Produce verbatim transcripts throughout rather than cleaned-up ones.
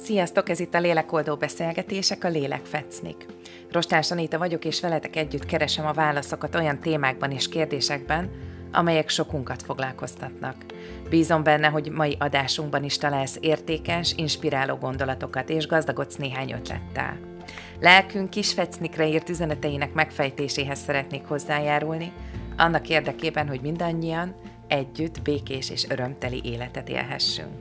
Sziasztok, ez itt a Lélekoldó Beszélgetések, a Lélekfecnik. Rostás Anita vagyok, és veletek együtt keresem a válaszokat olyan témákban és kérdésekben, amelyek sokunkat foglalkoztatnak. Bízom benne, hogy mai adásunkban is találsz értékes, inspiráló gondolatokat, és gazdagodsz néhány ötlettel. Lelkünk kis fecnikre írt üzeneteinek megfejtéséhez szeretnék hozzájárulni, annak érdekében, hogy mindannyian együtt békés és örömteli életet élhessünk.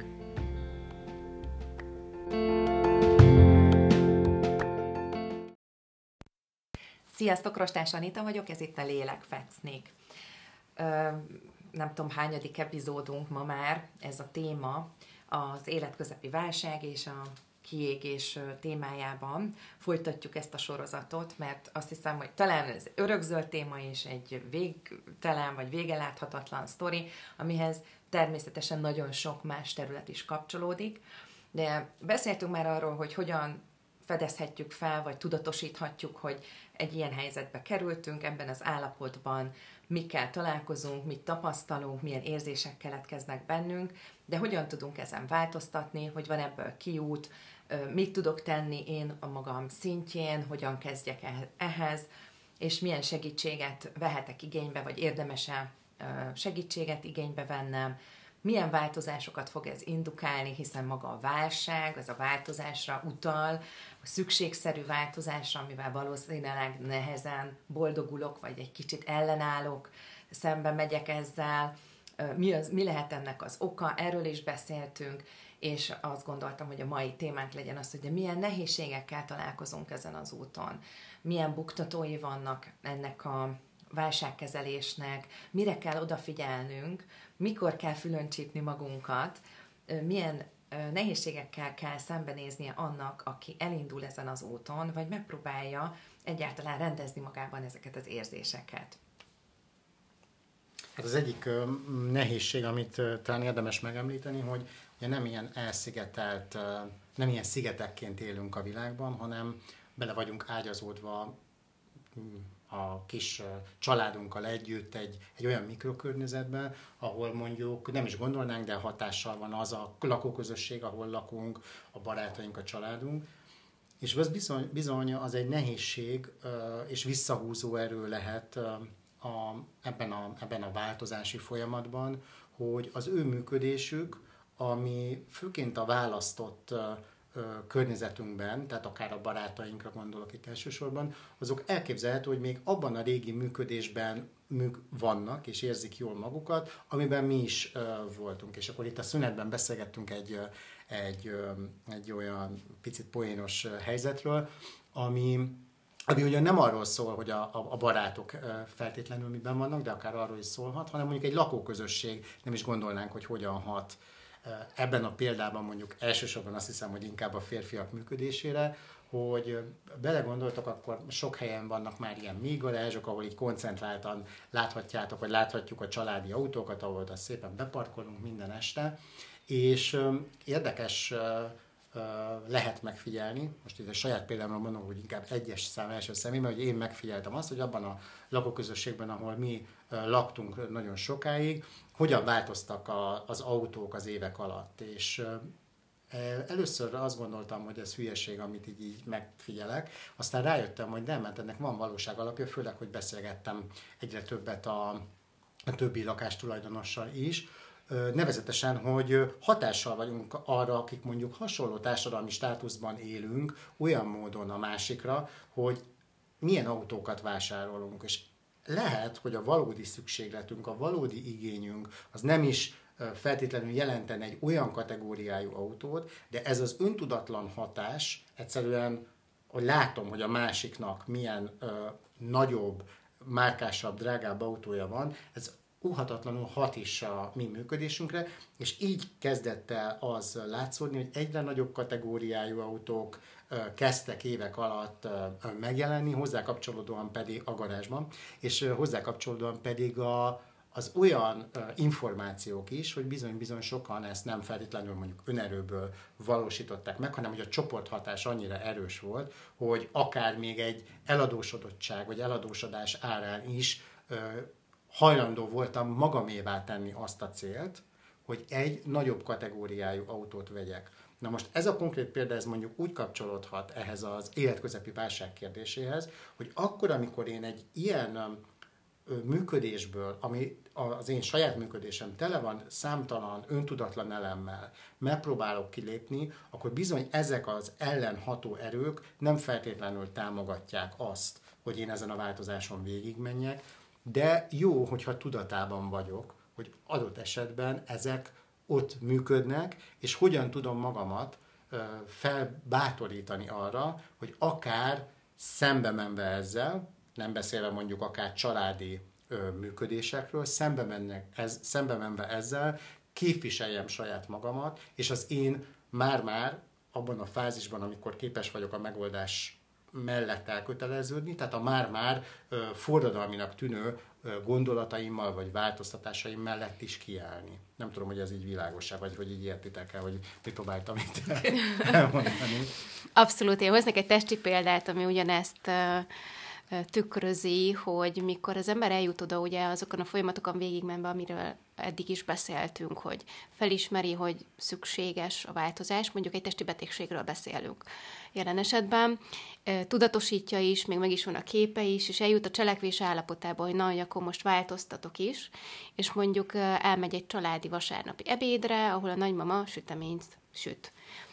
Sziasztok, Rostás Anita vagyok, ez itt a Lélekfecnik. Ö, nem tudom, hányadik epizódunk ma már, ez a téma az életközepi válság és a kiégés témájában. Folytatjuk ezt a sorozatot, mert azt hiszem, hogy talán ez örökzöld téma és egy végtelen vagy végeláthatatlan sztori, amihez természetesen nagyon sok más terület is kapcsolódik, de beszéltünk már arról, hogy hogyan fedezhetjük fel, vagy tudatosíthatjuk, hogy egy ilyen helyzetbe kerültünk, ebben az állapotban mikkel találkozunk, mit tapasztalunk, milyen érzések keletkeznek bennünk, de hogyan tudunk ezen változtatni, hogy van ebből kiút, mit tudok tenni én a magam szintjén, hogyan kezdjek ehhez, és milyen segítséget vehetek igénybe, vagy érdemes-e segítséget igénybe vennem, milyen változásokat fog ez indukálni, hiszen maga a válság, az a változásra utal, a szükségszerű változásra, amivel valószínűleg nehezen boldogulok, vagy egy kicsit ellenállok, szembe megyek ezzel, mi, az, mi lehet ennek az oka, erről is beszéltünk, és azt gondoltam, hogy a mai témánk legyen az, hogy de milyen nehézségekkel találkozunk ezen az úton, milyen buktatói vannak ennek a válságkezelésnek, mire kell odafigyelnünk, mikor kell fülön csípni magunkat, milyen nehézségekkel kell szembenéznie annak, aki elindul ezen az úton, vagy megpróbálja egyáltalán rendezni magában ezeket az érzéseket. Hát az egyik nehézség, amit talán érdemes megemlíteni, hogy ugye nem ilyen elszigetelt, nem ilyen szigetekként élünk a világban, hanem bele vagyunk ágyazódva a kis családunkkal együtt egy, egy olyan mikrokörnyezetben, ahol mondjuk nem is gondolnánk, de hatással van az a lakóközösség, ahol lakunk, a barátaink, a családunk. És ez bizony, bizony az egy nehézség és visszahúzó erő lehet a, ebben, a, ebben a változási folyamatban, hogy az ő működésük, ami főként a választott környezetünkben, tehát akár a barátainkra gondolok itt elsősorban, azok elképzelhető, hogy még abban a régi működésben műk vannak, és érzik jól magukat, amiben mi is uh, voltunk. És akkor itt a szünetben beszélgettünk egy, egy, egy olyan picit poénos helyzetről, ami, ami ugye nem arról szól, hogy a, a barátok feltétlenül miben vannak, de akár arról is szólhat, hanem mondjuk egy lakóközösség, nem is gondolnánk, hogy hogyan hat ebben a példában mondjuk elsősorban azt hiszem, hogy inkább a férfiak működésére, hogy belegondoltok, akkor sok helyen vannak már ilyen mélygarázsok, ahol így koncentráltan láthatjátok, vagy láthatjuk a családi autókat, ahol oda szépen beparkolunk minden este, és érdekes lehet megfigyelni, most itt a saját példámról mondom, hogy inkább egyes szám első személyben, hogy én megfigyeltem azt, hogy abban a lakóközösségben, ahol mi laktunk nagyon sokáig, hogyan változtak a, az autók az évek alatt. És először azt gondoltam, hogy ez hülyeség, amit így, így megfigyelek, aztán rájöttem, hogy nem, mert ennek van valóság alapja, főleg, hogy beszélgettem egyre többet a, a többi lakástulajdonossal is, nevezetesen, hogy hatással vagyunk arra, akik mondjuk hasonló társadalmi státuszban élünk, olyan módon a másikra, hogy milyen autókat vásárolunk. És lehet, hogy a valódi szükségletünk, a valódi igényünk az nem is feltétlenül jelenten egy olyan kategóriájú autót, de ez az öntudatlan hatás egyszerűen, hogy látom, hogy a másiknak milyen ö, nagyobb, márkásabb, drágább autója van, ez óhatatlanul hat is a mi működésünkre, és így kezdett el az látszódni, hogy egyre nagyobb kategóriájú autók kezdtek évek alatt megjelenni, hozzá kapcsolódóan pedig a garázsban, és hozzá kapcsolódóan pedig a, az olyan információk is, hogy bizony-bizony sokan ezt nem feltétlenül mondjuk önerőből valósították meg, hanem hogy a csoporthatás annyira erős volt, hogy akár még egy eladósodottság vagy eladósodás árán is hajlandó voltam magamévá tenni azt a célt, hogy egy nagyobb kategóriájú autót vegyek. Na most ez a konkrét példa, ez mondjuk úgy kapcsolódhat ehhez az életközepi válság kérdéséhez, hogy akkor, amikor én egy ilyen működésből, ami az én saját működésem tele van számtalan, öntudatlan elemmel, megpróbálok kilépni, akkor bizony ezek az ellenható erők nem feltétlenül támogatják azt, hogy én ezen a változáson végigmenjek, de jó, hogyha tudatában vagyok, hogy adott esetben ezek ott működnek, és hogyan tudom magamat felbátorítani arra, hogy akár szembe menve ezzel, nem beszélve mondjuk akár családi ö, működésekről, szembe, mennek, ez, szembe menve ezzel képviseljem saját magamat, és az én már-már abban a fázisban, amikor képes vagyok a megoldás mellett elköteleződni, tehát a már-már ö, forradalminak tűnő ö, gondolataimmal vagy változtatásaim mellett is kiállni. Nem tudom, hogy ez így világos-e, vagy hogy így értitek el, hogy mit próbáltam itt elmondani. Abszolút, én hoznék egy testi példát, ami ugyanezt tükrözi, hogy mikor az ember eljut oda, ugye azokon a folyamatokon végigmenve, amiről eddig is beszéltünk, hogy felismeri, hogy szükséges a változás, mondjuk egy testi betegségről beszélünk jelen esetben, tudatosítja is, még meg is van a képe is, és eljut a cselekvés állapotába, hogy na, hogy akkor most változtatok is, és mondjuk elmegy egy családi vasárnapi ebédre, ahol a nagymama süteményt süt.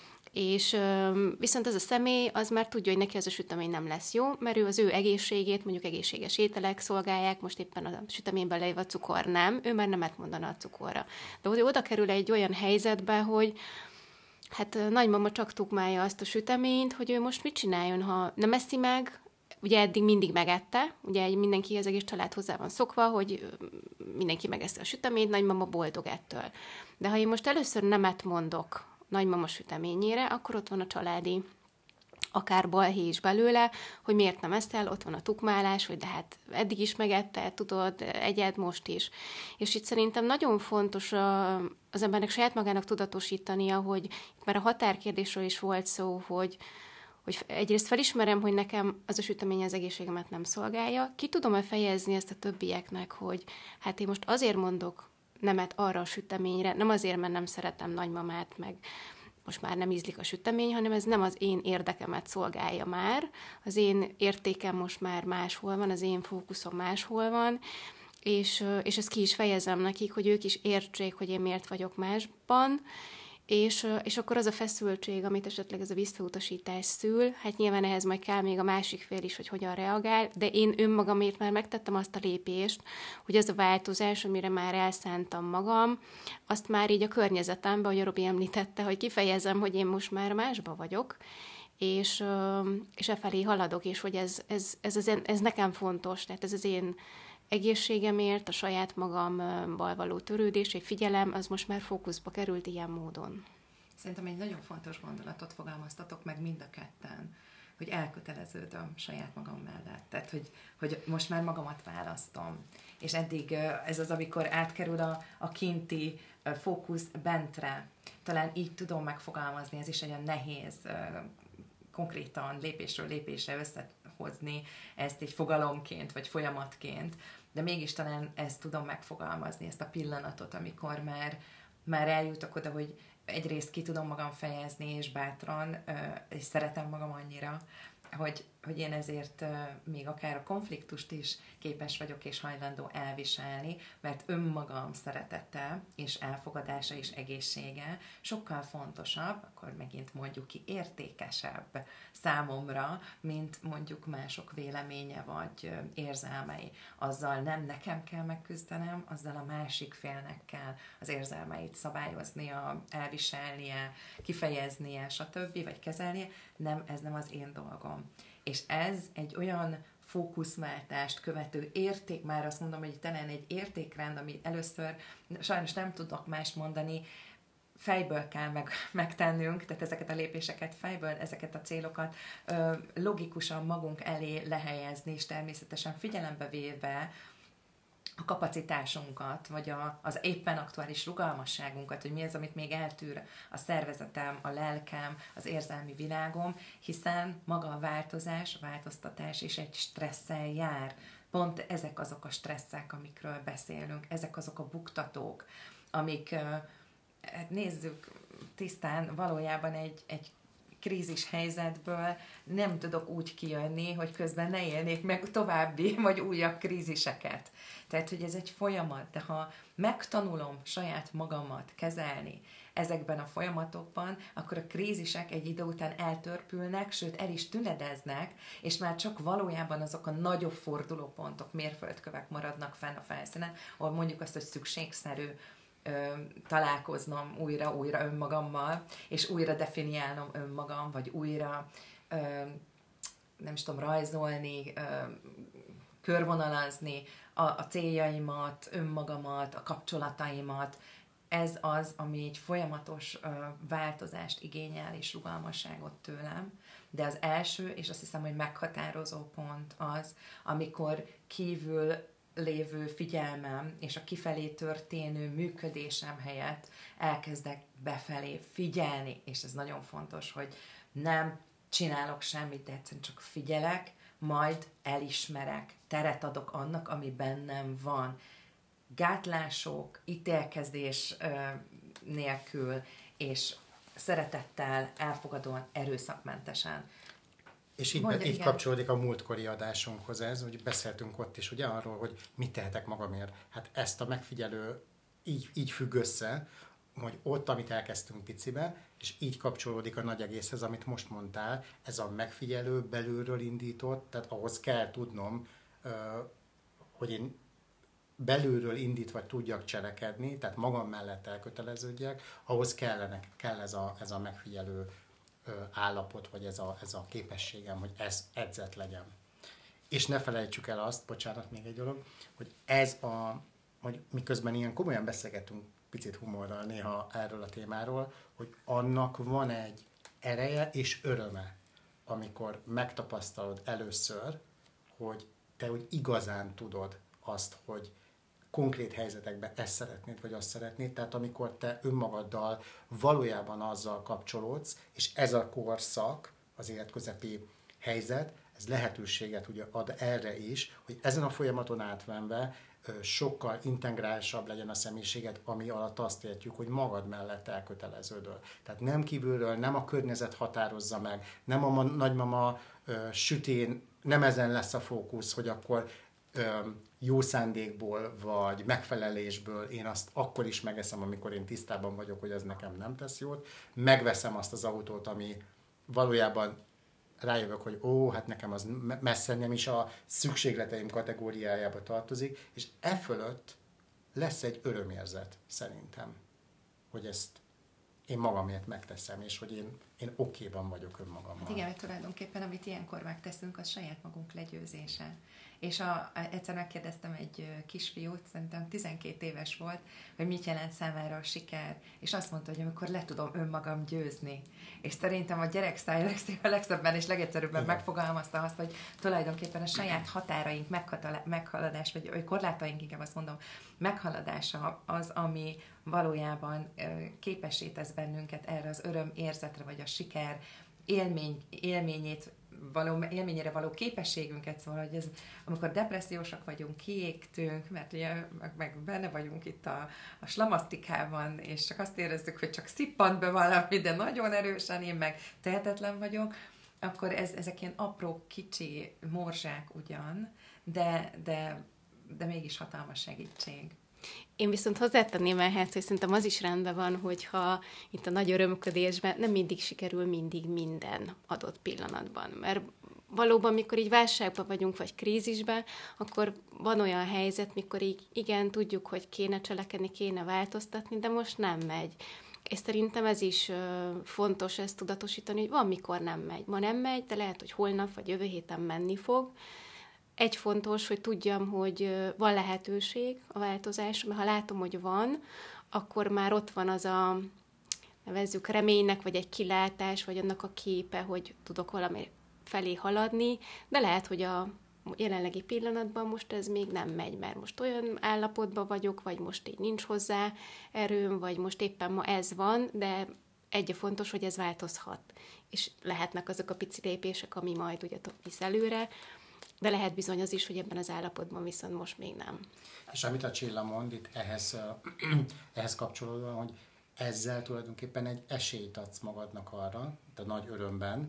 És viszont ez a személy az már tudja, hogy neki az a sütemény nem lesz jó, mert ő az ő egészségét, mondjuk egészséges ételek szolgálják, most éppen a süteményben leív a cukor nem, ő már nemet mondana a cukorra. De oda kerül egy olyan helyzetbe, hogy hát nagymama csak tukmálja azt a süteményt, hogy ő most mit csináljon, ha nem eszi meg, ugye eddig mindig megette, ugye mindenki, az egész család hozzá van szokva, hogy mindenki megeszi a süteményt, nagymama boldog ettől. De ha én most először nemet mondok nagymama süteményére, akkor ott van a családi akár balhé is belőle, hogy miért nem eszel, ott van a tukmálás, hogy de hát eddig is megette, tudod, egyed most is. És itt szerintem nagyon fontos a, az embernek saját magának tudatosítania, hogy már a határkérdésről is volt szó, hogy, hogy egyrészt felismerem, hogy nekem az a sütemény az egészségemet nem szolgálja, ki tudom-e fejezni ezt a többieknek, hogy hát én most azért mondok nemet arra a süteményre, nem azért, mert nem szeretem nagymamát, meg most már nem ízlik a sütemény, hanem ez nem az én érdekemet szolgálja már, az én értékem most már máshol van, az én fókuszom máshol van, és, és ezt ki is fejezem nekik, hogy ők is értsék, hogy én miért vagyok másban, és, és akkor az a feszültség, amit esetleg ez a visszautasítás szül, hát nyilván ehhez majd kell még a másik fél is, hogy hogyan reagál, de én önmagamért már megtettem azt a lépést, hogy az a változás, amire már elszántam magam, azt már így a környezetemben, ahogy a Robi említette, hogy kifejezem, hogy én most már másba vagyok, és, és e felé haladok, és hogy ez, ez, ez, ez, ez nekem fontos, tehát ez az én egészségemért, a saját magammal való törődés, egy figyelem, az most már fókuszba került ilyen módon. Szerintem egy nagyon fontos gondolatot fogalmaztatok meg mind a ketten, hogy elköteleződöm saját magam mellett. Tehát, hogy, hogy most már magamat választom. És eddig ez az, amikor átkerül a, a kinti fókusz bentre. Talán így tudom megfogalmazni, ez is olyan nehéz konkrétan lépésről lépésre összehozni ezt egy fogalomként, vagy folyamatként, de mégis talán ezt tudom megfogalmazni, ezt a pillanatot, amikor már, már eljutok oda, hogy egyrészt ki tudom magam fejezni, és bátran, és szeretem magam annyira, hogy, hogy én ezért még akár a konfliktust is képes vagyok és hajlandó elviselni, mert önmagam szeretete és elfogadása és egészsége sokkal fontosabb, akkor megint mondjuk ki értékesebb számomra, mint mondjuk mások véleménye vagy érzelmei. Azzal nem nekem kell megküzdenem, azzal a másik félnek kell az érzelmeit szabályoznia, elviselnie, kifejeznie, stb. Vagy kezelnie. Nem, ez nem az én dolgom. És ez egy olyan fókuszváltást követő érték, már azt mondom, hogy talán egy értékrend, amit először sajnos nem tudok mást mondani, fejből kell meg, megtennünk, tehát ezeket a lépéseket fejből, ezeket a célokat ö, logikusan magunk elé lehelyezni, és természetesen figyelembe véve a kapacitásunkat, vagy a, az éppen aktuális rugalmasságunkat, hogy mi az, amit még eltűr a szervezetem, a lelkem, az érzelmi világom, hiszen maga a változás, a változtatás is egy stresszel jár. Pont ezek azok a stresszek, amikről beszélünk, ezek azok a buktatók, amik, nézzük tisztán, valójában egy, egy krízis helyzetből nem tudok úgy kijönni, hogy közben ne élnék meg további, vagy újabb kríziseket. Tehát, hogy ez egy folyamat, de ha megtanulom saját magamat kezelni ezekben a folyamatokban, akkor a krízisek egy idő után eltörpülnek, sőt el is tünedeznek, és már csak valójában azok a nagyobb fordulópontok, mérföldkövek maradnak fenn a felszínen, ahol mondjuk azt, hogy szükségszerű ö, találkoznom újra-újra önmagammal, és újra definiálnom önmagam, vagy újra ö, nem is tudom, rajzolni, ö, körvonalazni a, a céljaimat, önmagamat, a kapcsolataimat. Ez az, ami egy folyamatos ö, változást igényel és rugalmasságot tőlem. De az első, és azt hiszem, hogy meghatározó pont az, amikor kívül lévő figyelmem és a kifelé történő működésem helyett elkezdek befelé figyelni, és ez nagyon fontos, hogy nem csinálok semmit, de egyszerűen csak figyelek, majd elismerek, teret adok annak, ami bennem van. Gátlások, ítélkezés ö, nélkül, és szeretettel, elfogadóan, erőszakmentesen. És így, Mondja, így igen. kapcsolódik a múltkori adásunkhoz ez, hogy beszéltünk ott is ugye arról, hogy mit tehetek magamért. Hát ezt a megfigyelő így, így függ össze, hogy ott, amit elkezdtünk picibe, és így kapcsolódik a nagy egészhez, amit most mondtál, ez a megfigyelő belülről indított, tehát ahhoz kell tudnom, hogy én belülről indítva tudjak cselekedni, tehát magam mellett elköteleződjek, ahhoz kellene, kell ez a, ez a megfigyelő állapot, vagy ez a, ez a képességem, hogy ez edzett legyen. És ne felejtsük el azt, bocsánat, még egy dolog, hogy ez a, hogy miközben ilyen komolyan beszélgetünk picit humorral néha erről a témáról, hogy annak van egy ereje és öröme, amikor megtapasztalod először, hogy te úgy igazán tudod azt, hogy konkrét helyzetekben ezt szeretnéd, vagy azt szeretnéd, tehát amikor te önmagaddal valójában azzal kapcsolódsz, és ez a korszak, az életközepi helyzet, ez lehetőséget ugye ad erre is, hogy ezen a folyamaton átvenve sokkal integrálsabb legyen a személyiséged, ami alatt azt értjük, hogy magad mellett elköteleződöl. Tehát nem kívülről, nem a környezet határozza meg, nem a nagymama ö, sütén, nem ezen lesz a fókusz, hogy akkor ö, jó szándékból, vagy megfelelésből én azt akkor is megeszem, amikor én tisztában vagyok, hogy ez nekem nem tesz jót. Megveszem azt az autót, ami valójában rájövök, hogy ó, hát nekem az messze nem is a szükségleteim kategóriájába tartozik, és e fölött lesz egy örömérzet szerintem, hogy ezt én magamért megteszem, és hogy én, én okéban vagyok önmagammal. Hát igen, mert tulajdonképpen amit ilyenkor megteszünk, az saját magunk legyőzése. És a, egyszer megkérdeztem egy kisfiút, szerintem tizenkét éves volt, hogy mit jelent számára a siker, és azt mondta, hogy amikor le tudom önmagam győzni. És szerintem a gyerek száj a legszebben és legegyszerűbben igen. megfogalmazta azt, hogy tulajdonképpen a saját határaink meghaladás, vagy, vagy korlátaink, inkább azt mondom, meghaladása az, ami valójában képessé tesz bennünket erre az öröm érzetre, vagy a siker élmény, élményét való, élményére való képességünket, szóval, hogy ez, amikor depressziósak vagyunk, kiégtünk, mert ugye meg, meg benne vagyunk itt a, a slamasztikában, és csak azt érezzük, hogy csak szippant be valami, de nagyon erősen, én meg tehetetlen vagyok, akkor ez, ezek ilyen apró, kicsi morzsák ugyan, de, de, de mégis hatalmas segítség. Én viszont hozzátenném ehhez, hogy szerintem az is rendben van, hogyha itt a nagy örömködésben nem mindig sikerül mindig minden adott pillanatban. Mert valóban, mikor így válságban vagyunk, vagy krízisben, akkor van olyan helyzet, mikor így igen, tudjuk, hogy kéne cselekedni, kéne változtatni, de most nem megy. És szerintem ez is fontos ezt tudatosítani, hogy van, mikor nem megy. Ma nem megy, de lehet, hogy holnap vagy jövő héten menni fog. Egy fontos, hogy tudjam, hogy van lehetőség a változásra, mert ha látom, hogy van, akkor már ott van az a, nevezzük reménynek, vagy egy kilátás, vagy annak a képe, hogy tudok valami felé haladni, de lehet, hogy a jelenlegi pillanatban most ez még nem megy, mert most olyan állapotban vagyok, vagy most így nincs hozzá erőm, vagy most éppen ma ez van, de egy fontos, hogy ez változhat. És lehetnek azok a pici lépések, ami majd ugye visz előre, de lehet bizony az is, hogy ebben az állapotban viszont most még nem. És amit a Csilla mond itt ehhez, ehhez kapcsolódóan, hogy ezzel tulajdonképpen egy esélyt adsz magadnak arra, de nagy örömben,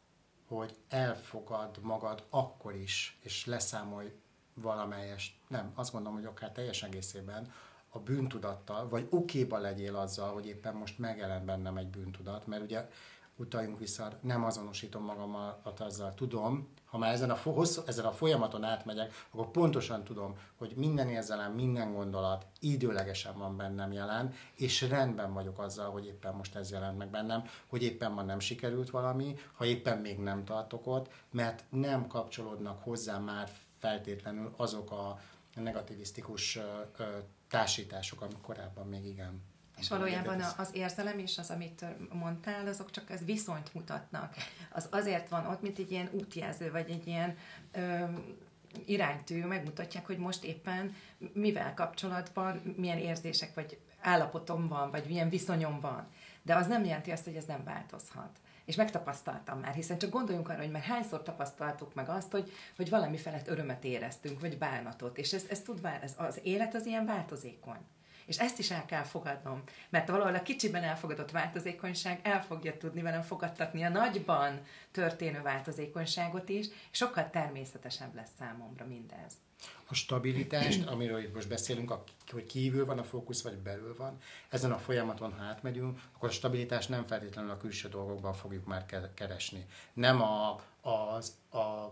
hogy elfogad magad akkor is, és leszámolj valamelyest, nem, azt gondolom, hogy akár teljes egészében a bűntudattal, vagy okéba legyél azzal, hogy éppen most megjelent bennem egy bűntudat, mert ugye utaljunk vissza, nem azonosítom magamat azzal, tudom, ha már ezen a, hosszú, ezen a folyamaton átmegyek, akkor pontosan tudom, hogy minden érzelem, minden gondolat időlegesen van bennem jelen, és rendben vagyok azzal, hogy éppen most ez jelent meg bennem, hogy éppen ma nem sikerült valami, ha éppen még nem tartok ott, mert nem kapcsolódnak hozzá már feltétlenül azok a negativisztikus társítások, amik korábban még igen. És valójában az érzelem és az, amit mondtál, azok csak ez viszonyt mutatnak. Az azért van ott, mint egy ilyen útjelző, vagy egy ilyen ö, iránytű, megmutatják, hogy most éppen mivel kapcsolatban, milyen érzések, vagy állapotom van, vagy milyen viszonyom van. De az nem jelenti azt, hogy ez nem változhat. És megtapasztaltam már, hiszen csak gondoljunk arra, hogy már hányszor tapasztaltuk meg azt, hogy, hogy valami felett örömet éreztünk, vagy bánatot. És ez, ez tud, ez, az élet az ilyen változékony. És ezt is el kell fogadnom, mert valahol a kicsiben elfogadott változékonyság el fogja tudni velem fogadtatni a nagyban történő változékonyságot is, és sokkal természetesebb lesz számomra mindez. A stabilitást, amiről itt most beszélünk, hogy kívül van a fókusz, vagy belül van, ezen a folyamaton, ha átmegyünk, akkor a stabilitást nem feltétlenül a külső dolgokban fogjuk már keresni. Nem a, az, a,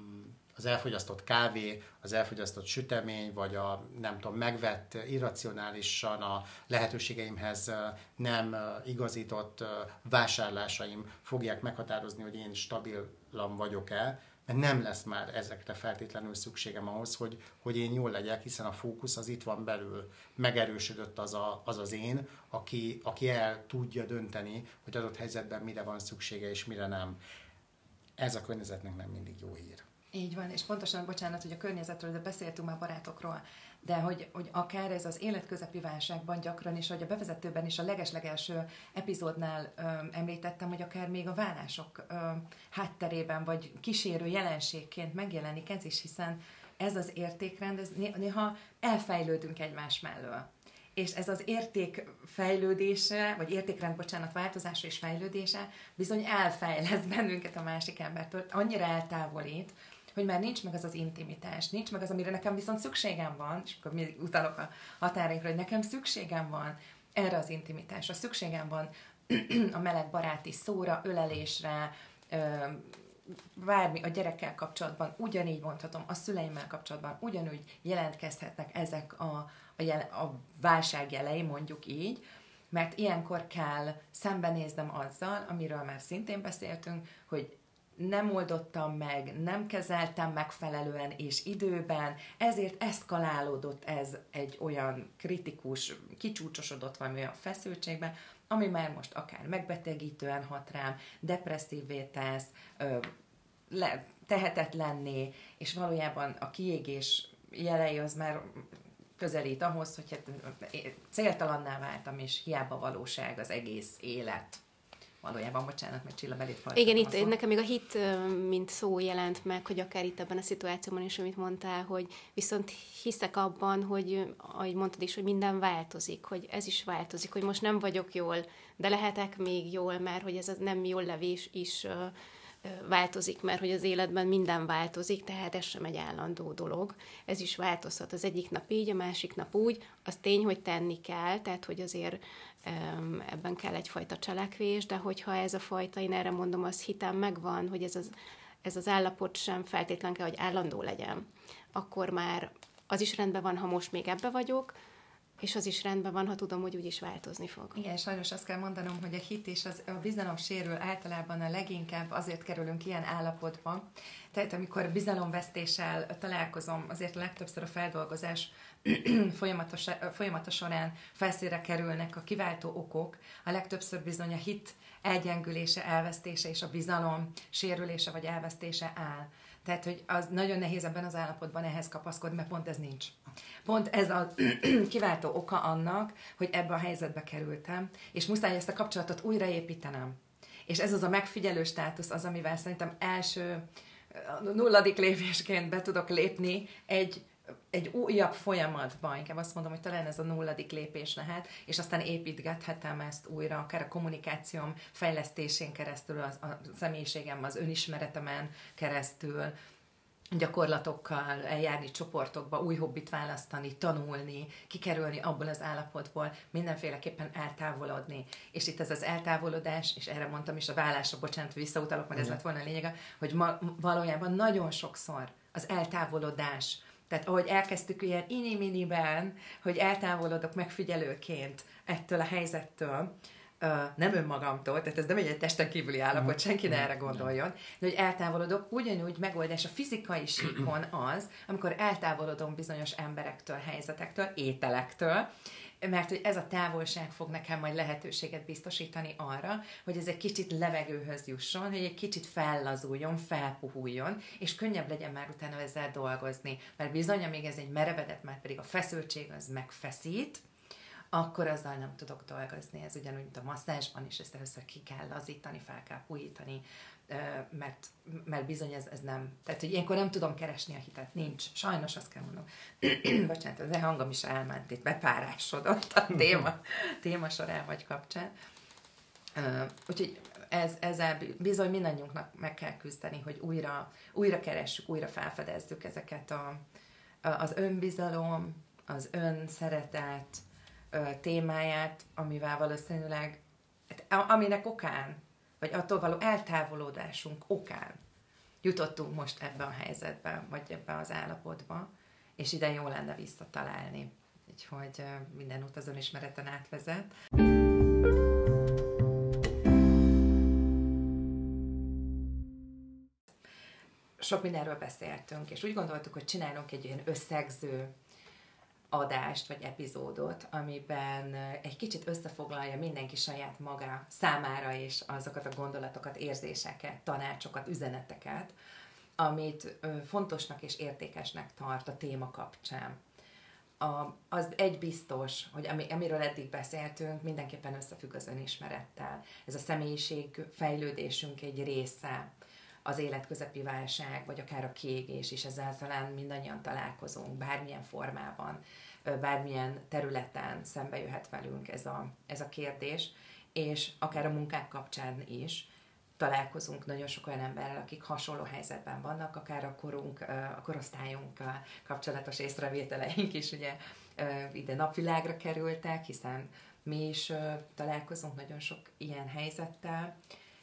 az elfogyasztott kávé, az elfogyasztott sütemény, vagy a nem tudom, megvett irracionálisan a lehetőségeimhez nem igazított vásárlásaim fogják meghatározni, hogy én stabilan vagyok-e, mert nem lesz már ezekre feltétlenül szükségem ahhoz, hogy, hogy én jól legyek, hiszen a fókusz az itt van belül. Megerősödött az a, az, az én, aki, aki el tudja dönteni, hogy adott helyzetben mire van szüksége és mire nem. Ez a környezetnek nem mindig jó hír. Így van, és pontosan, bocsánat, hogy a környezetről, de beszéltünk már barátokról, de hogy, hogy akár ez az életközepi válságban gyakran is, hogy a bevezetőben is a legeslegelső epizódnál ö, említettem, hogy akár még a vállások ö, hátterében, vagy kísérő jelenségként megjelenik ez is, hiszen ez az értékrend, ez néha elfejlődünk egymás mellől. És ez az érték fejlődése, vagy értékrend, bocsánat, változása és fejlődése bizony elfejlesz bennünket a másik embertől, annyira eltávolít, hogy már nincs meg az az intimitás, nincs meg az, amire nekem viszont szükségem van, és akkor mindig utalok a határainkra, hogy nekem szükségem van erre az intimitásra, szükségem van a meleg baráti szóra, ölelésre, bármi a gyerekkel kapcsolatban, ugyanígy mondhatom, a szüleimmel kapcsolatban ugyanúgy jelentkezhetnek ezek a, a, jel, a válság jelei, mondjuk így, mert ilyenkor kell szembenéznem azzal, amiről már szintén beszéltünk, hogy nem oldottam meg, nem kezeltem megfelelően és időben, ezért eszkalálódott ez egy olyan kritikus, kicsúcsosodott valami olyan feszültségben, ami már most akár megbetegítően hat rám, depresszívvé tesz, le, tehetetlenné, és valójában a kiégés jelei az már közelít ahhoz, hogy hát céltalanná váltam, és hiába valóság az egész élet. Valójában, bocsánat, mert Csilla belét fordítom. Igen, itt nekem még a hit, mint szó jelent meg, hogy akár itt ebben a szituációban is, amit mondtál, hogy viszont hiszek abban, hogy, ahogy mondtad is, hogy minden változik, hogy ez is változik, hogy most nem vagyok jól, de lehetek még jól, mert hogy ez a nem jól levés is változik, mert hogy az életben minden változik, tehát ez sem egy állandó dolog. Ez is változhat az egyik nap így, a másik nap úgy. Az tény, hogy tenni kell, tehát hogy azért um, ebben kell egyfajta cselekvés, de hogyha ez a fajta, én erre mondom, az hitem megvan, hogy ez az, ez az állapot sem feltétlen kell, hogy állandó legyen. Akkor már az is rendben van, ha most még ebbe vagyok, és az is rendben van, ha tudom, hogy úgyis változni fog. Igen, sajnos azt kell mondanom, hogy a hit és az, a bizalom sérül általában a leginkább, azért kerülünk ilyen állapotba. Tehát amikor bizalomvesztéssel találkozom, azért legtöbbször a feldolgozás folyamatos, folyamatos során felszínre kerülnek a kiváltó okok, a legtöbbször bizony a hit elgyengülése, elvesztése és a bizalom sérülése vagy elvesztése áll. Tehát, hogy az nagyon nehéz ebben az állapotban ehhez kapaszkodni, mert pont ez nincs. Pont ez a kiváltó oka annak, hogy ebbe a helyzetbe kerültem, és muszáj ezt a kapcsolatot újraépítenem. És ez az a megfigyelő státusz az, amivel szerintem első nulladik lépésként be tudok lépni egy egy újabb folyamatban, inkább azt mondom, hogy talán ez a nulladik lépés lehet, és aztán építgethetem ezt újra, akár a kommunikációm fejlesztésén keresztül, az, a személyiségem, az önismeretemen keresztül, gyakorlatokkal eljárni csoportokba, új hobbit választani, tanulni, kikerülni abból az állapotból, mindenféleképpen eltávolodni. És itt ez az eltávolodás, és erre mondtam is a vállásra, bocsánat, visszautalok, mert ez lett volna a lényege, hogy ma, valójában nagyon sokszor az eltávolodás, tehát ahogy elkezdtük ilyen ini-miniben, hogy eltávolodok megfigyelőként ettől a helyzettől, nem önmagamtól, tehát ez nem egy testen kívüli állapot, senki ne erre gondoljon, de hogy eltávolodok, ugyanúgy megoldás a fizikai síkon az, amikor eltávolodom bizonyos emberektől, helyzetektől, ételektől, mert hogy ez a távolság fog nekem majd lehetőséget biztosítani arra, hogy ez egy kicsit levegőhöz jusson, hogy egy kicsit fellazuljon, felpuhuljon, és könnyebb legyen már utána ezzel dolgozni. Mert bizony, amíg ez egy merevedett, már pedig a feszültség az megfeszít, akkor azzal nem tudok dolgozni. Ez ugyanúgy, mint a masszázsban is, ezt először ki kell lazítani, fel kell puhítani, mert, mert bizony ez, ez nem... Tehát, hogy ilyenkor nem tudom keresni a hitet. Nincs. Sajnos azt kell mondom. Bocsánat, az hangom is elment itt, bepárásodott a téma, téma során vagy kapcsán. Úgyhogy ez, ezzel bizony mindannyiunknak meg kell küzdeni, hogy újra, újra keressük, újra felfedezzük ezeket a, az önbizalom, az önszeretet, témáját, amivel valószínűleg, aminek okán, vagy attól való eltávolodásunk okán jutottunk most ebben a helyzetben, vagy ebben az állapotban, és ide jó lenne visszatalálni. Úgyhogy minden út az önismereten átvezet. Sok mindenről beszéltünk, és úgy gondoltuk, hogy csinálunk egy ilyen összegző adást, vagy epizódot, amiben egy kicsit összefoglalja mindenki saját maga számára is azokat a gondolatokat, érzéseket, tanácsokat, üzeneteket, amit fontosnak és értékesnek tart a téma kapcsán. A, az egy biztos, hogy ami, amiről eddig beszéltünk, mindenképpen összefügg az önismerettel. Ez a személyiség fejlődésünk egy része, az életközepi válság, vagy akár a kiégés is, ezzel talán mindannyian találkozunk, bármilyen formában, bármilyen területen szembe jöhet velünk ez a, ez a kérdés, és akár a munkák kapcsán is találkozunk nagyon sok olyan emberrel, akik hasonló helyzetben vannak, akár a korunk, a korosztályunkkal kapcsolatos észrevételeink is ugye ide napvilágra kerültek, hiszen mi is találkozunk nagyon sok ilyen helyzettel,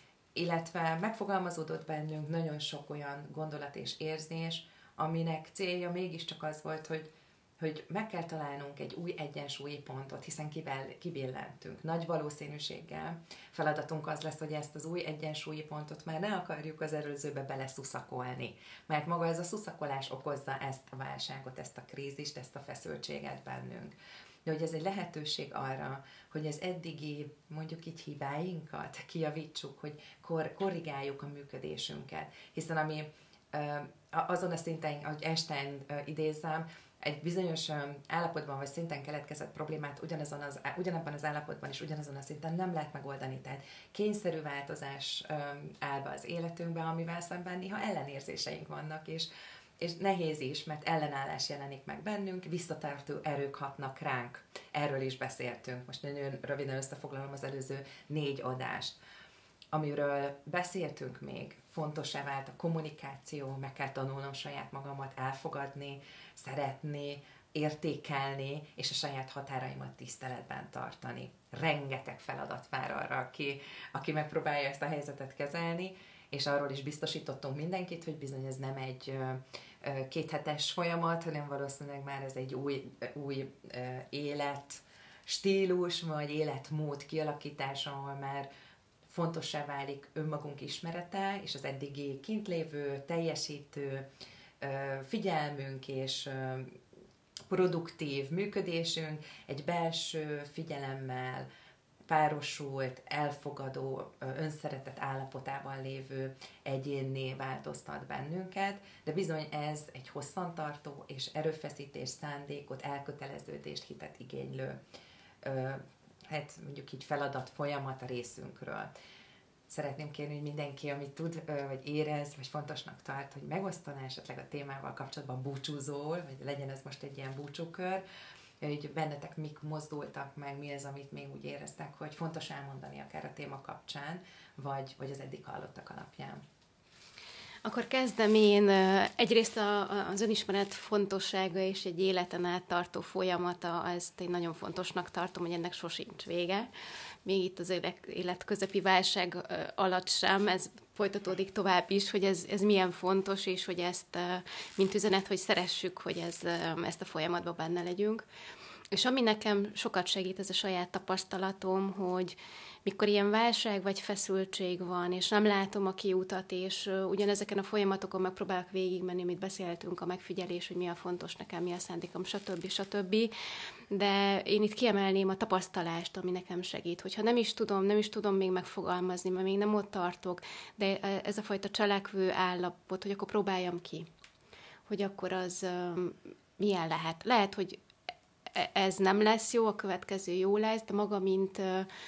illetve megfogalmazódott bennünk nagyon sok olyan gondolat és érzés, aminek célja mégiscsak az volt, hogy, hogy meg kell találnunk egy új egyensúlyi pontot, hiszen kivel, kibillentünk. Nagy valószínűséggel feladatunk az lesz, hogy ezt az új egyensúlyi pontot már ne akarjuk az előzőbe beleszuszakolni, mert maga ez a szuszakolás okozza ezt a válságot, ezt a krízist, ezt a feszültséget bennünk. De hogy ez egy lehetőség arra, hogy az eddigi, mondjuk így hibáinkat kijavítsuk, hogy kor, korrigáljuk a működésünket. Hiszen ami azon a szinten, ahogy Einstein idézzem, egy bizonyos állapotban vagy szinten keletkezett problémát ugyanazon az, ugyanabban az állapotban és ugyanazon a szinten nem lehet megoldani. Tehát kényszerű változás áll be az életünkbe, amivel szemben néha ellenérzéseink vannak, és és nehéz is, mert ellenállás jelenik meg bennünk, visszatartó erők hatnak ránk. Erről is beszéltünk. Most nagyon röviden összefoglalom az előző négy adást. Amiről beszéltünk még, fontossá vált a kommunikáció, meg kell tanulnom saját magamat elfogadni, szeretni, értékelni, és a saját határaimat tiszteletben tartani. Rengeteg feladat vár arra, aki, aki megpróbálja ezt a helyzetet kezelni, és arról is biztosítottunk mindenkit, hogy bizony ez nem egy kéthetes folyamat, hanem valószínűleg már ez egy új, új élet stílus, vagy életmód kialakítása, ahol már fontossá válik önmagunk ismerete, és az eddigi kintlévő, teljesítő figyelmünk és produktív működésünk egy belső figyelemmel, párosult, elfogadó, önszeretet állapotában lévő egyénné változtat bennünket, de bizony ez egy hosszantartó és erőfeszítés, szándékot, elköteleződést, hitet igénylő, hát mondjuk így feladat folyamat a részünkről. szeretném kérni, hogy mindenki, amit tud, vagy érez, vagy fontosnak tart, hogy megosztaná esetleg a témával kapcsolatban búcsúzól, vagy legyen ez most egy ilyen búcsúkör, hogy bennetek mik mozdultak meg, mi az, amit még úgy éreztek, hogy fontos elmondani akár a téma kapcsán, vagy, vagy az eddig hallottak alapján. Akkor kezdem én. Egyrészt a, az önismeret fontossága és egy életen át tartó folyamata, ezt én nagyon fontosnak tartom, hogy ennek sosincs vége. Még itt az élet, életközepi válság alatt sem, ez folytatódik tovább is, hogy ez, ez milyen fontos, és hogy ezt, mint üzenet, hogy szeressük, hogy ez, ezt a folyamatban benne legyünk. És ami nekem sokat segít, ez a saját tapasztalatom, hogy mikor ilyen válság vagy feszültség van, és nem látom a kiutat, és uh, ugyanezeken a folyamatokon megpróbálok végigmenni, amit beszéltünk, a megfigyelés, hogy mi a fontos nekem, mi a szándékom, stb. stb. De én itt kiemelném a tapasztalást, ami nekem segít. Hogyha nem is tudom, nem is tudom még megfogalmazni, mert még nem ott tartok, de ez a fajta cselekvő állapot, hogy akkor próbáljam ki. Hogy akkor az um, milyen lehet. Lehet, hogy ez nem lesz jó, a következő jó lesz, de maga, mint...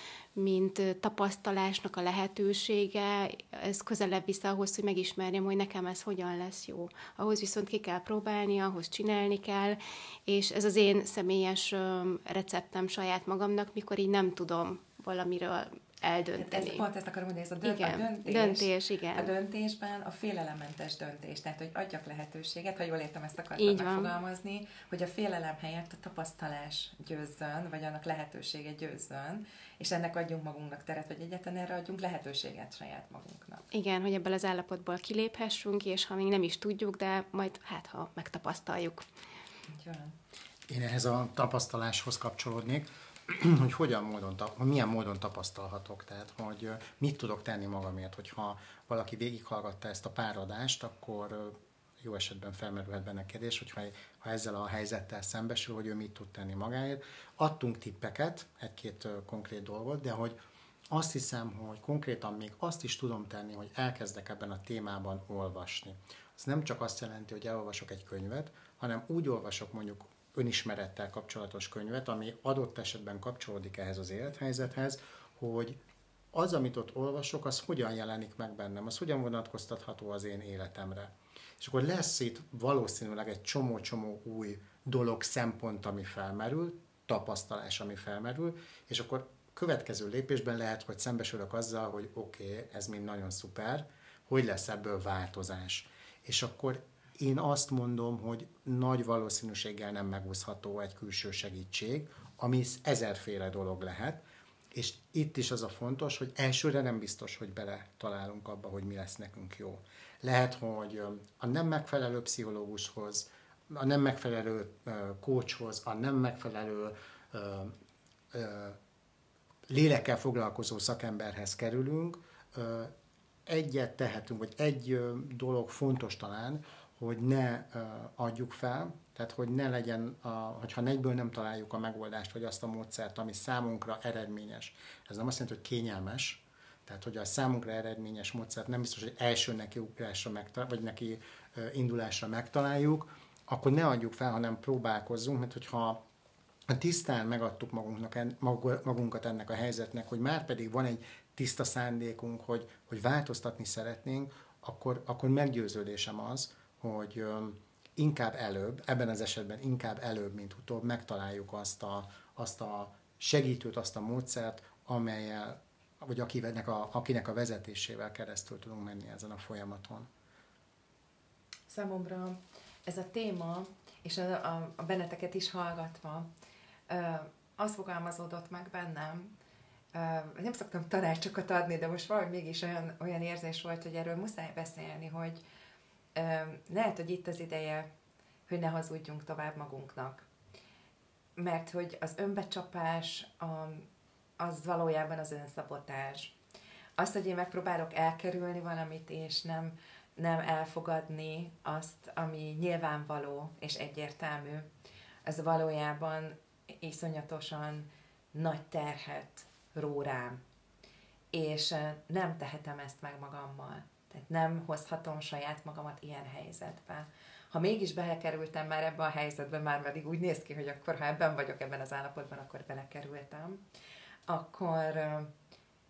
mint tapasztalásnak a lehetősége, ez közelebb vissza ahhoz, hogy megismerjem, hogy nekem ez hogyan lesz jó. Ahhoz viszont ki kell próbálni, ahhoz csinálni kell, és ez az én személyes receptem saját magamnak, mikor így nem tudom valamiről eldönteni. Ez, pont ezt akarom mondani, ez a, dönt, igen, a döntés. döntés, igen. A döntésben a félelemmentes döntés, tehát hogy adjak lehetőséget, ha jól értem, ezt akartam megfogalmazni, hogy a félelem helyett a tapasztalás győzzön, vagy annak lehetősége győzzön, és ennek adjunk magunknak teret, vagy egyáltalán erre adjunk lehetőséget saját magunknak. Igen, hogy ebből az állapotból kiléphessünk, és ha még nem is tudjuk, de majd hát, ha megtapasztaljuk. Így van. Én ehhez a tapasztaláshoz kapcsolódnék, hogy hogyan módon, hogy milyen módon tapasztalhatok, tehát hogy mit tudok tenni magamért, hogyha valaki végighallgatta ezt a pár adást, akkor jó esetben felmerülhet benne kérdés, hogyha ha ezzel a helyzettel szembesül, hogy ő mit tud tenni magáért. Adtunk tippeket, egy-két konkrét dolgot, de hogy azt hiszem, hogy konkrétan még azt is tudom tenni, hogy elkezdek ebben a témában olvasni. Ez nem csak azt jelenti, hogy elolvasok egy könyvet, hanem úgy olvasok mondjuk önismerettel kapcsolatos könyvet, ami adott esetben kapcsolódik ehhez az élethelyzethez, hogy az, amit ott olvasok, az hogyan jelenik meg bennem, az hogyan vonatkoztatható az én életemre. És akkor lesz itt valószínűleg egy csomó-csomó új dolog, szempont, ami felmerül, tapasztalás, ami felmerül, és akkor következő lépésben lehet, hogy szembesülök azzal, hogy oké, okay, ez mind nagyon szuper, hogy lesz ebből változás. És akkor én azt mondom, hogy nagy valószínűséggel nem megúszható egy külső segítség, ami ezerféle dolog lehet, és itt is az a fontos, hogy elsőre nem biztos, hogy bele találunk abba, hogy mi lesz nekünk jó. Lehet, hogy a nem megfelelő pszichológushoz, a nem megfelelő coachhoz, a nem megfelelő lélekkel foglalkozó szakemberhez kerülünk, egyet tehetünk, vagy egy dolog fontos talán, hogy ne adjuk fel, tehát hogy ne legyen, a, hogyha egyből nem találjuk a megoldást, vagy azt a módszert, ami számunkra eredményes. Ez nem azt jelenti, hogy kényelmes, tehát hogy a számunkra eredményes módszert nem biztos, hogy első neki ugrásra megtaláljuk, vagy neki indulásra megtaláljuk, akkor ne adjuk fel, hanem próbálkozzunk, mert hogyha tisztán megadtuk magunknak, magunkat ennek a helyzetnek, hogy már pedig van egy tiszta szándékunk, hogy, hogy változtatni szeretnénk, akkor, akkor meggyőződésem az, hogy inkább előbb, ebben az esetben inkább előbb, mint utóbb megtaláljuk azt a, azt a segítőt, azt a módszert, amelyel, vagy akinek a, akinek a vezetésével keresztül tudunk menni ezen a folyamaton. Számomra ez a téma, és a, a, a benneteket is hallgatva, az fogalmazódott meg bennem, nem szoktam tanácsokat adni, de most valahogy mégis olyan, olyan érzés volt, hogy erről muszáj beszélni, hogy lehet, hogy itt az ideje, hogy ne hazudjunk tovább magunknak. Mert hogy az önbecsapás, az valójában az önszabotás. Az, hogy én megpróbálok elkerülni valamit, és nem, nem elfogadni azt, ami nyilvánvaló és egyértelmű, az valójában iszonyatosan nagy terhet ró rám. És nem tehetem ezt meg magammal. Tehát nem hozhatom saját magamat ilyen helyzetbe. Ha mégis belekerültem már ebbe a helyzetbe, már pedig úgy néz ki, hogy akkor, ha ebben vagyok, ebben az állapotban, akkor belekerültem, akkor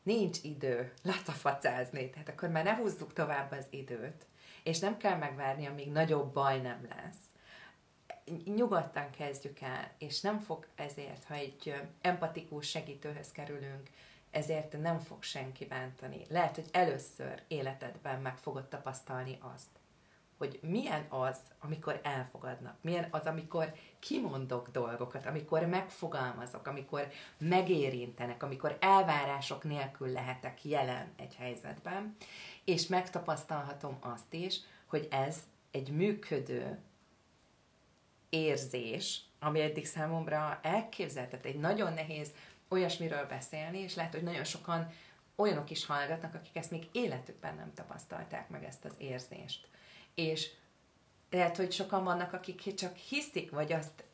nincs idő lacafacázni, tehát akkor már ne húzzuk tovább az időt, és nem kell megvárni, amíg nagyobb baj nem lesz. Nyugodtan kezdjük el, és nem fog ezért, ha egy empatikus segítőhöz kerülünk, ezért nem fog senki bántani. Lehet, hogy először életedben meg fogod tapasztalni azt, hogy milyen az, amikor elfogadnak, milyen az, amikor kimondok dolgokat, amikor megfogalmazok, amikor megérintenek, amikor elvárások nélkül lehetek jelen egy helyzetben, és megtapasztalhatom azt is, hogy ez egy működő érzés, ami eddig számomra elképzelhetett, egy nagyon nehéz olyasmiről beszélni, és lehet, hogy nagyon sokan olyanok is hallgatnak, akik ezt még életükben nem tapasztalták meg, ezt az érzést. És lehet, hogy sokan vannak, akik csak hiszik, vagy azt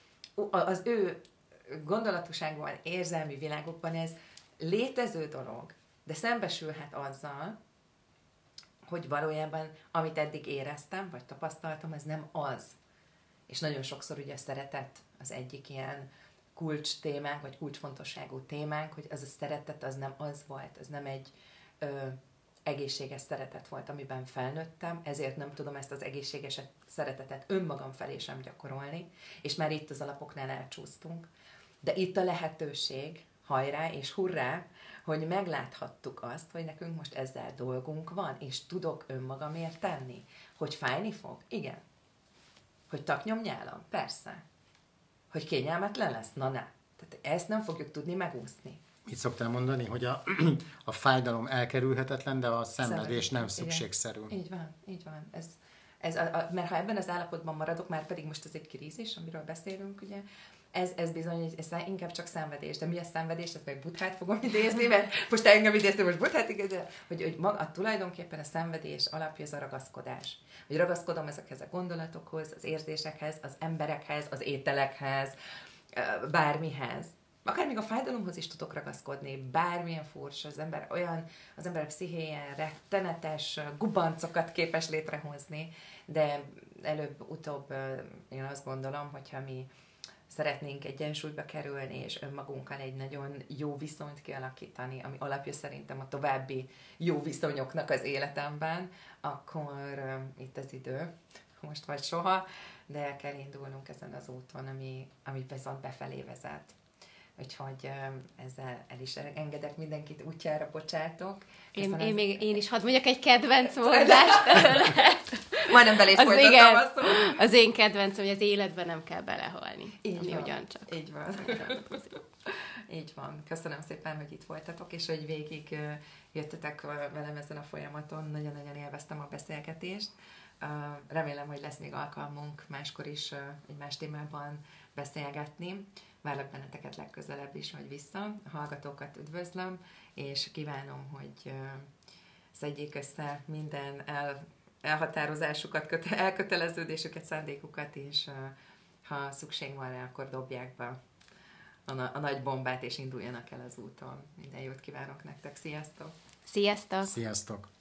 az ő gondolatúságban, érzelmi világokban ez létező dolog, de szembesülhet azzal, hogy valójában, amit eddig éreztem, vagy tapasztaltam, ez nem az. És nagyon sokszor ugye a szeretet az egyik ilyen kulcs témánk, vagy kulcsfontosságú témánk, hogy az a szeretet az nem az volt, az nem egy ö, egészséges szeretet volt, amiben felnőttem, ezért nem tudom ezt az egészséges szeretetet önmagam felé sem gyakorolni, és már itt az alapoknál elcsúsztunk. De itt a lehetőség, hajrá és hurrá, hogy megláthattuk azt, hogy nekünk most ezzel dolgunk van, és tudok önmagamért tenni. Hogy fájni fog? Igen. Hogy taknyom nyálam? Persze. Hogy kényelmetlen lesz? Na ne. Tehát ezt nem fogjuk tudni megúszni. Mit szoktál mondani, hogy a, a fájdalom elkerülhetetlen, de a szenvedés nem Igen. szükségszerű. Így van, így van. Ez, ez a, a, mert ha ebben az állapotban maradok, már pedig most ez egy krízis, amiről beszélünk, ugye, ez, ez bizony, ez inkább csak szenvedés. De mi a szenvedés? Ezt meg Buddhát fogom idézni, mert most engem idéztem, most Buddhát igaz, hogy, hogy maga, tulajdonképpen a szenvedés alapja ez a ragaszkodás. Hogy ragaszkodom ezekhez a gondolatokhoz, az érzésekhez, az emberekhez, az ételekhez, bármihez. Akár még a fájdalomhoz is tudok ragaszkodni, bármilyen furcsa, az ember olyan, az ember pszichéjén rettenetes gubancokat képes létrehozni, de előbb-utóbb én azt gondolom, hogyha mi szeretnénk egyensúlyba kerülni, és önmagunkkal egy nagyon jó viszonyt kialakítani, ami alapja szerintem a további jó viszonyoknak az életemben, akkor uh, itt az idő, most vagy soha, de el kell indulnunk ezen az úton, ami, ami viszont befelé vezet. Úgyhogy ezzel el is engedek mindenkit útjára, bocsátok. Én, én, még, én is hadd mondjak egy kedvenc mondást. Majdnem belé folytattam a szót. Az én kedvencem, hogy az életben nem kell belehalni. Így ami van. Ugyancsak. Így van. Így van. Köszönöm szépen, hogy itt voltatok, és hogy végig jöttetek velem ezen a folyamaton. Nagyon-nagyon élveztem a beszélgetést. Remélem, hogy lesz még alkalmunk máskor is egy más témában beszélgetni. Várlak benneteket legközelebb is, vagy vissza. A hallgatókat üdvözlöm, és kívánom, hogy szedjék össze minden el, elhatározásukat, köte, elköteleződésüket, szándékukat, és ha szükség van rá, akkor dobják be a, a nagy bombát, és induljanak el az úton. Minden jót kívánok nektek, sziasztok! Sziasztok! Sziasztok!